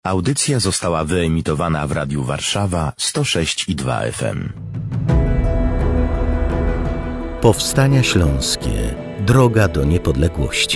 Audycja została wyemitowana w Radiu Warszawa 106,2 FM. Powstania Śląskie. Droga do niepodległości.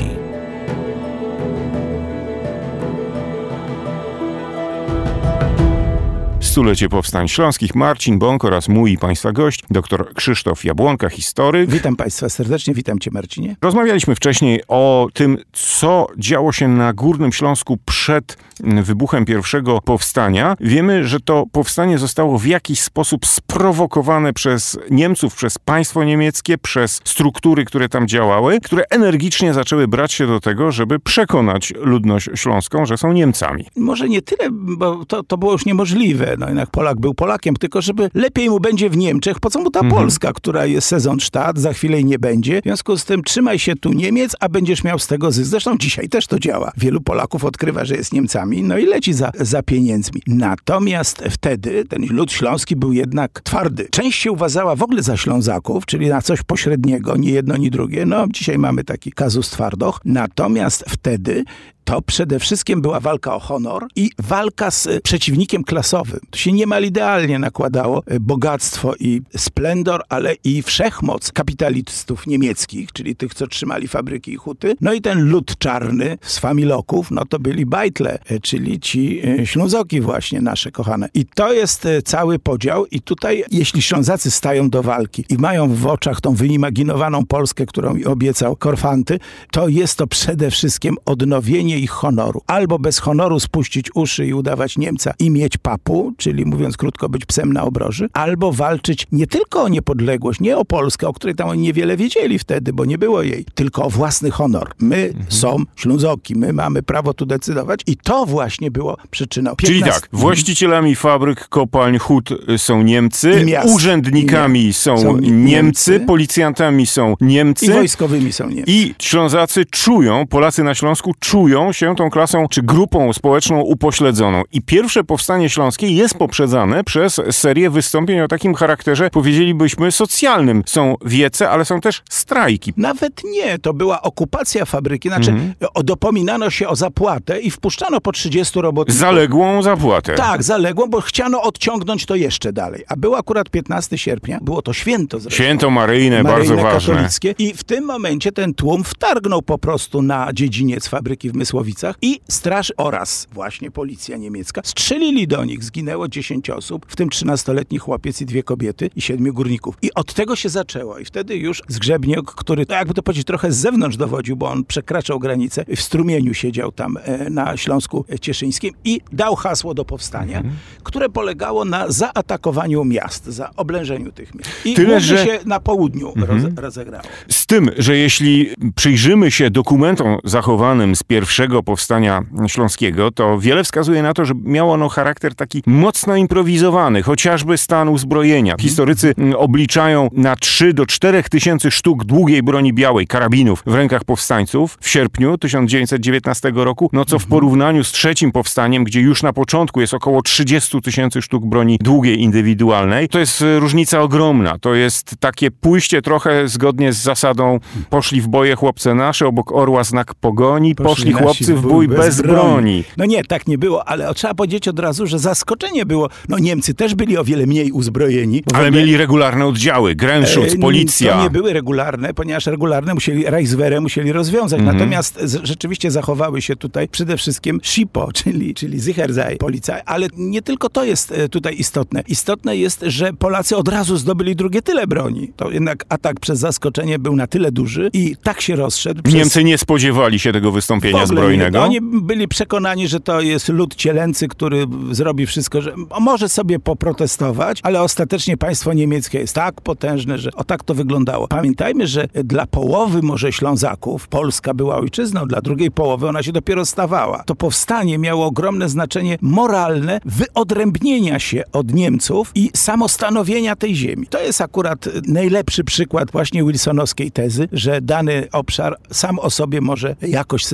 Stulecie Powstań Śląskich. Marcin Bąk oraz mój i Państwa gość, dr Krzysztof Jabłonka, historyk. Witam Państwa serdecznie, witam Cię, Marcinie. Rozmawialiśmy wcześniej o tym, co działo się na Górnym Śląsku przed wybuchem pierwszego powstania. Wiemy, że to powstanie zostało w jakiś sposób sprowokowane przez Niemców, przez państwo niemieckie, przez struktury, które tam działały, które energicznie zaczęły brać się do tego, żeby przekonać ludność śląską, że są Niemcami. Może nie tyle, bo to było już niemożliwe. No jednak Polak był Polakiem, tylko żeby lepiej mu będzie w Niemczech. Po co mu ta Polska, która jest Saisonstadt, za chwilę jej nie będzie. W związku z tym trzymaj się tu Niemiec, a będziesz miał z tego zysk. Zresztą dzisiaj też to działa. Wielu Polaków odkrywa, że jest Niemcami, no i leci za pieniędzmi. Natomiast wtedy ten lud śląski był jednak twardy. Część się uważała w ogóle za Ślązaków, czyli na coś pośredniego, nie jedno, ni drugie. No dzisiaj mamy taki kazus twardoch. Natomiast wtedy to przede wszystkim była walka o honor i walka z przeciwnikiem klasowym. To się niemal idealnie nakładało bogactwo i splendor, ale i wszechmoc kapitalistów niemieckich, czyli tych, co trzymali fabryki i huty. No i ten lud czarny z familoków, no to byli bajtle, czyli ci Ślązoki właśnie nasze kochane. I to jest cały podział i tutaj, jeśli Ślązacy stają do walki i mają w oczach tą wyimaginowaną Polskę, którą obiecał Korfanty, to jest to przede wszystkim odnowienie ich honoru. Albo bez honoru spuścić uszy i udawać Niemca i mieć papu, czyli mówiąc krótko być psem na obroży, albo walczyć nie tylko o niepodległość, nie o Polskę, o której tam oni niewiele wiedzieli wtedy, bo nie było jej, tylko o własny honor. My są Ślązoki, my mamy prawo tu decydować i to właśnie było przyczyną. Czyli tak, właścicielami fabryk, kopalń, hut są Niemcy, urzędnikami są Niemcy, policjantami są Niemcy i wojskowymi są Niemcy. I Ślązacy czują, Polacy na Śląsku czują się tą klasą czy grupą społeczną upośledzoną. I pierwsze powstanie śląskie jest poprzedzane przez serię wystąpień o takim charakterze, powiedzielibyśmy, socjalnym. Są wiece, ale są też strajki. Nawet nie, to była okupacja fabryki. Znaczy, dopominano się o zapłatę i wpuszczano po 30 robotników. Zaległą zapłatę. Tak, zaległą, bo chciano odciągnąć to jeszcze dalej. A był akurat 15 sierpnia, było to święto zresztą. Święto Maryjne, bardzo ważne. Katolickie. I w tym momencie ten tłum wtargnął po prostu na dziedziniec fabryki w Mysłowicach i straż oraz właśnie policja niemiecka strzelili do nich. Zginęło 10 osób, w tym 13-letni chłopiec i 2 kobiety i 7 górników. I od tego się zaczęło. I wtedy już Zgrzebniok, który, jakby to powiedzieć, trochę z zewnątrz dowodził, bo on przekraczał granicę, w Strumieniu siedział tam na Śląsku Cieszyńskim i dał hasło do powstania, które polegało na zaatakowaniu miast, za oblężeniu tych miast. I tyle, że się na południu rozegrało. Z tym, że jeśli przyjrzymy się dokumentom zachowanym z pierwszego powstania śląskiego, to wiele wskazuje na to, że miało ono charakter taki mocno improwizowany, chociażby stan uzbrojenia. Historycy obliczają na 3 do 4 tysięcy sztuk długiej broni białej, karabinów w rękach powstańców w sierpniu 1919 roku, no co w porównaniu z trzecim powstaniem, gdzie już na początku jest około 30 tysięcy sztuk broni długiej, indywidualnej, to jest różnica ogromna. To jest takie pójście trochę zgodnie z zasadą poszli w boje chłopce nasze, obok orła znak pogoni, poszli chłopcy w bój bez broni. No nie, tak nie było, ale trzeba powiedzieć od razu, że zaskoczenie było. No Niemcy też byli o wiele mniej uzbrojeni. Ale mieli regularne oddziały, Grenzschutz, policja. To nie były regularne, ponieważ regularne Reichswehrę musieli rozwiązać. Natomiast rzeczywiście zachowały się tutaj przede wszystkim SIPO, czyli Sicherheit, policja. Ale nie tylko to jest tutaj istotne. Istotne jest, że Polacy od razu zdobyli drugie tyle broni. To jednak atak przez zaskoczenie był na tyle duży i tak się rozszedł. Niemcy nie spodziewali się tego wystąpienia zbrojnego. Oni byli przekonani, że to jest lud cielęcy, który zrobi wszystko, że może sobie poprotestować, ale ostatecznie państwo niemieckie jest tak potężne, że tak to wyglądało. Pamiętajmy, że dla połowy może Ślązaków Polska była ojczyzną, dla drugiej połowy ona się dopiero stawała. To powstanie miało ogromne znaczenie moralne wyodrębnienia się od Niemców i samostanowienia tej ziemi. To jest akurat najlepszy przykład właśnie wilsonowskiej tezy, że dany obszar sam o sobie może jakoś sensownie postępować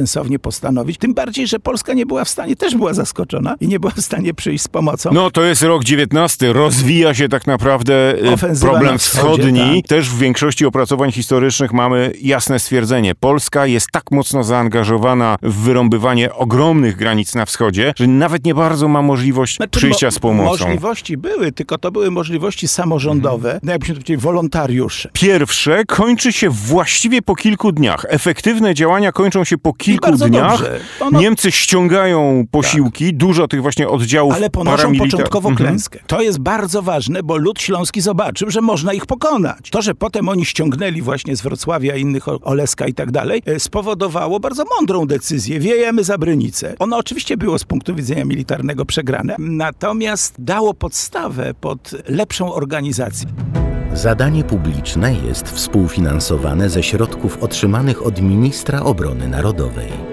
postanowić. Tym bardziej, że Polska nie była w stanie, też była zaskoczona i nie była w stanie przyjść z pomocą. No to jest rok 19. Rozwija się tak naprawdę Ofensywa problem na wschodzie, wschodni. tak. Też w większości opracowań historycznych mamy jasne stwierdzenie. Polska jest tak mocno zaangażowana w wyrąbywanie ogromnych granic na wschodzie, że nawet nie bardzo ma możliwość przyjścia z pomocą. Możliwości były, tylko to były możliwości samorządowe, no jakbyśmy to powiedzieli, wolontariusze. Pierwsze kończy się właściwie po kilku dniach. Efektywne działania kończą się po kilku bardzo dniach. dobrze. Niemcy ściągają posiłki, dużo tych właśnie oddziałów Ale ponoszą paramilitarnych. początkowo klęskę. To jest bardzo ważne, bo lud śląski zobaczył, że można ich pokonać. To, że potem oni ściągnęli właśnie z Wrocławia, innych Oleska i tak dalej, spowodowało bardzo mądrą decyzję. Wiejemy za Brynicę. Ono oczywiście było z punktu widzenia militarnego przegrane, natomiast dało podstawę pod lepszą organizację. Zadanie publiczne jest współfinansowane ze środków otrzymanych od Ministra Obrony Narodowej.